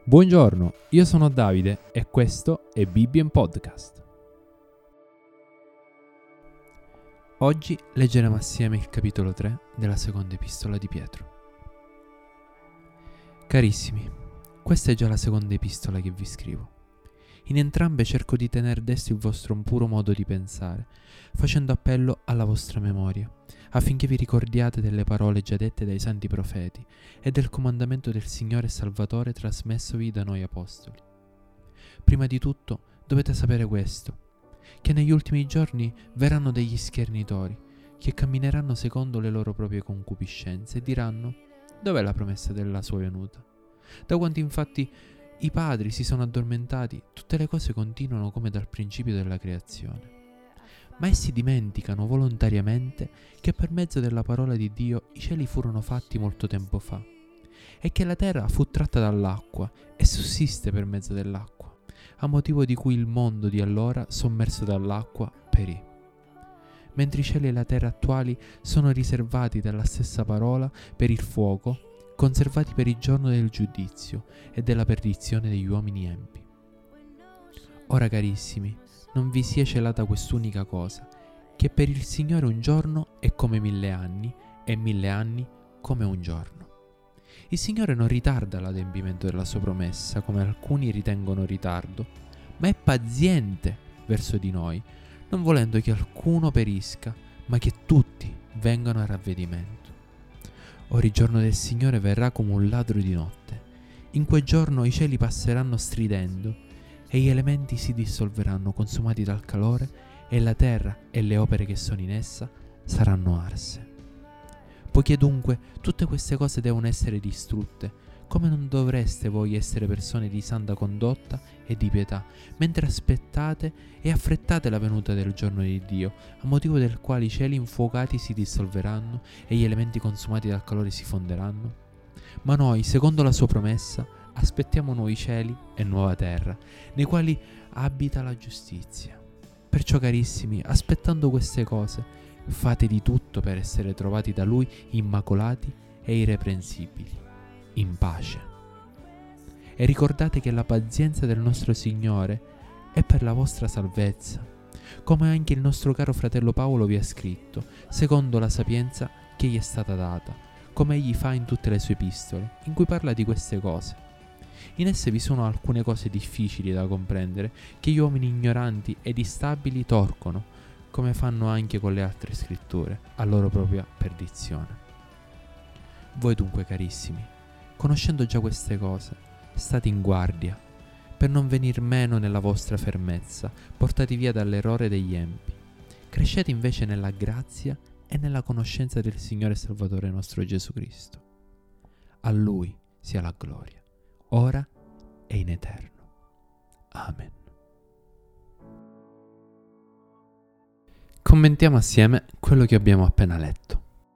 Buongiorno, io sono Davide e questo è Bibbia in Podcast. Oggi leggeremo assieme il capitolo 3 della seconda epistola di Pietro. Carissimi, questa è già la seconda epistola che vi scrivo. In entrambe cerco di tenere desto il vostro puro modo di pensare, facendo appello alla vostra memoria, affinché vi ricordiate delle parole già dette dai santi profeti e del comandamento del Signore e Salvatore trasmessovi da noi apostoli. Prima di tutto dovete sapere questo, che negli ultimi giorni verranno degli schernitori, che cammineranno secondo le loro proprie concupiscenze e diranno: dov'è la promessa della sua venuta? Da quanto infatti i padri si sono addormentati, tutte le cose continuano come dal principio della creazione. Ma essi dimenticano volontariamente che per mezzo della parola di Dio i cieli furono fatti molto tempo fa, e che la terra fu tratta dall'acqua e sussiste per mezzo dell'acqua, a motivo di cui il mondo di allora, sommerso dall'acqua, perì. Mentre i cieli e la terra attuali sono riservati dalla stessa parola per il fuoco, conservati per il giorno del giudizio e della perdizione degli uomini empi. Ora, carissimi, non vi sia celata quest'unica cosa, che per il Signore un giorno è come 1000 anni e 1000 anni come un giorno. Il Signore non ritarda l'adempimento della sua promessa, come alcuni ritengono ritardo, ma è paziente verso di noi, non volendo che alcuno perisca, ma che tutti vengano a ravvedimento. Ora il giorno del Signore verrà come un ladro di notte. In quel giorno i cieli passeranno stridendo e gli elementi si dissolveranno consumati dal calore e la terra e le opere che sono in essa saranno arse. Poiché dunque tutte queste cose devono essere distrutte, come non dovreste voi essere persone di santa condotta e di pietà, mentre aspettate e affrettate la venuta del giorno di Dio, a motivo del quale i cieli infuocati si dissolveranno e gli elementi consumati dal calore si fonderanno? Ma noi, secondo la sua promessa, aspettiamo nuovi cieli e nuova terra, nei quali abita la giustizia. Perciò, carissimi, aspettando queste cose, fate di tutto per essere trovati da Lui immacolati e irreprensibili, in pace. E ricordate che la pazienza del nostro Signore è per la vostra salvezza, come anche il nostro caro fratello Paolo vi ha scritto, secondo la sapienza che gli è stata data, come egli fa in tutte le sue epistole, in cui parla di queste cose. In esse vi sono alcune cose difficili da comprendere che gli uomini ignoranti ed instabili torcono, come fanno anche con le altre scritture, a loro propria perdizione. Voi dunque, carissimi, conoscendo già queste cose, state in guardia, per non venir meno nella vostra fermezza, portati via dall'errore degli empi. Crescete invece nella grazia e nella conoscenza del Signore e Salvatore nostro Gesù Cristo. A Lui sia la gloria, ora e in eterno. Amen. Commentiamo assieme quello che abbiamo appena letto.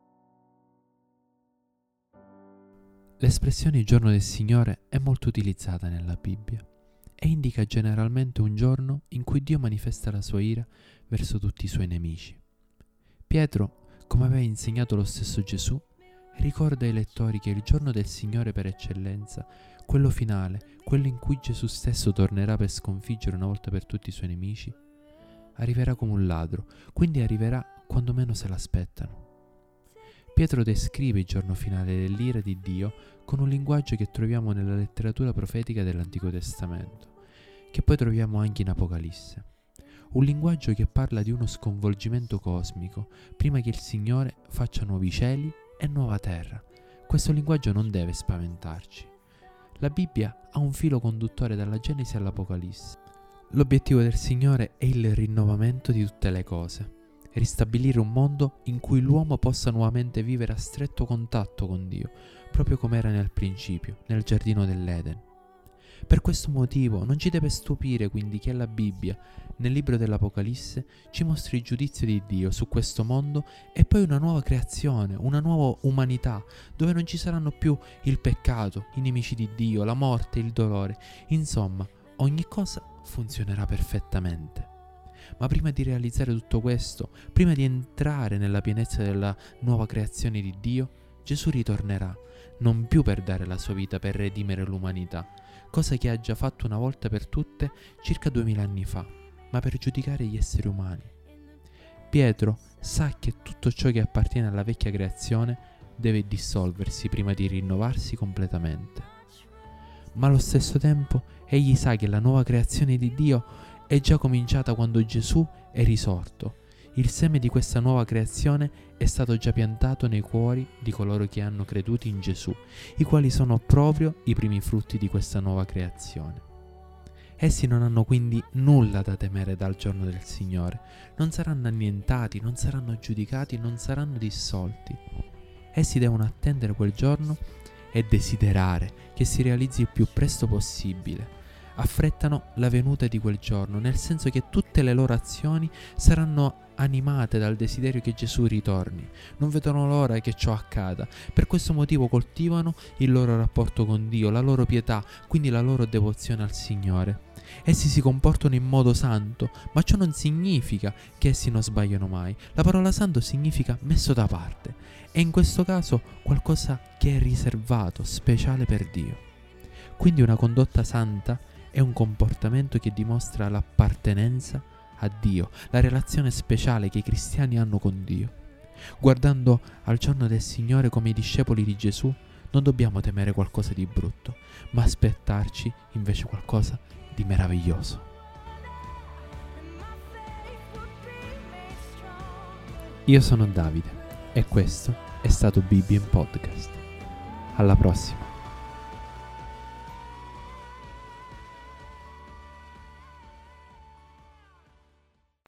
L'espressione giorno del Signore è molto utilizzata nella Bibbia e indica generalmente un giorno in cui Dio manifesta la sua ira verso tutti i suoi nemici. Pietro, come aveva insegnato lo stesso Gesù, ricorda ai lettori che il giorno del Signore per eccellenza, quello finale, quello in cui Gesù stesso tornerà per sconfiggere una volta per tutti i suoi nemici, arriverà come un ladro, quindi arriverà quando meno se l'aspettano. Pietro descrive il giorno finale dell'ira di Dio con un linguaggio che troviamo nella letteratura profetica dell'Antico Testamento, che poi troviamo anche in Apocalisse. Un linguaggio che parla di uno sconvolgimento cosmico, prima che il Signore faccia nuovi cieli e nuova terra. Questo linguaggio non deve spaventarci. La Bibbia ha un filo conduttore dalla Genesi all'Apocalisse. L'obiettivo del Signore è il rinnovamento di tutte le cose, ristabilire un mondo in cui l'uomo possa nuovamente vivere a stretto contatto con Dio, proprio come era nel principio, nel giardino dell'Eden. Per questo motivo non ci deve stupire quindi che la Bibbia, nel libro dell'Apocalisse, ci mostri il giudizio di Dio su questo mondo e poi una nuova creazione, una nuova umanità, dove non ci saranno più il peccato, i nemici di Dio, la morte, il dolore. Insomma, ogni cosa funzionerà perfettamente. Ma prima di realizzare tutto questo, prima di entrare nella pienezza della nuova creazione di Dio, Gesù ritornerà, non più per dare la sua vita per redimere l'umanità, cosa che ha già fatto una volta per tutte circa 2000 anni fa, ma per giudicare gli esseri umani. Pietro sa che tutto ciò che appartiene alla vecchia creazione deve dissolversi prima di rinnovarsi completamente. Ma allo stesso tempo egli sa che la nuova creazione di Dio è già cominciata quando Gesù è risorto. Il seme di questa nuova creazione è stato già piantato nei cuori di coloro che hanno creduto in Gesù, i quali sono proprio i primi frutti di questa nuova creazione. Essi non hanno quindi nulla da temere dal giorno del Signore, non saranno annientati, non saranno giudicati, non saranno dissolti. Essi devono attendere quel giorno e desiderare che si realizzi il più presto possibile. Affrettano la venuta di quel giorno, nel senso che tutte le loro azioni saranno animate dal desiderio che Gesù ritorni. Non vedono l'ora che ciò accada. Per questo motivo coltivano il loro rapporto con Dio, la loro pietà, quindi la loro devozione al Signore. Essi si comportano in modo santo, ma ciò non significa che essi non sbagliano mai. La parola santo significa messo da parte, e in questo caso qualcosa che è riservato, speciale per Dio. Quindi una condotta santa è un comportamento che dimostra l'appartenenza a Dio, la relazione speciale che i cristiani hanno con Dio. Guardando al giorno del Signore come i discepoli di Gesù, non dobbiamo temere qualcosa di brutto, ma aspettarci invece qualcosa di meraviglioso. Io sono Davide e questo è stato Bibbia in Podcast. Alla prossima.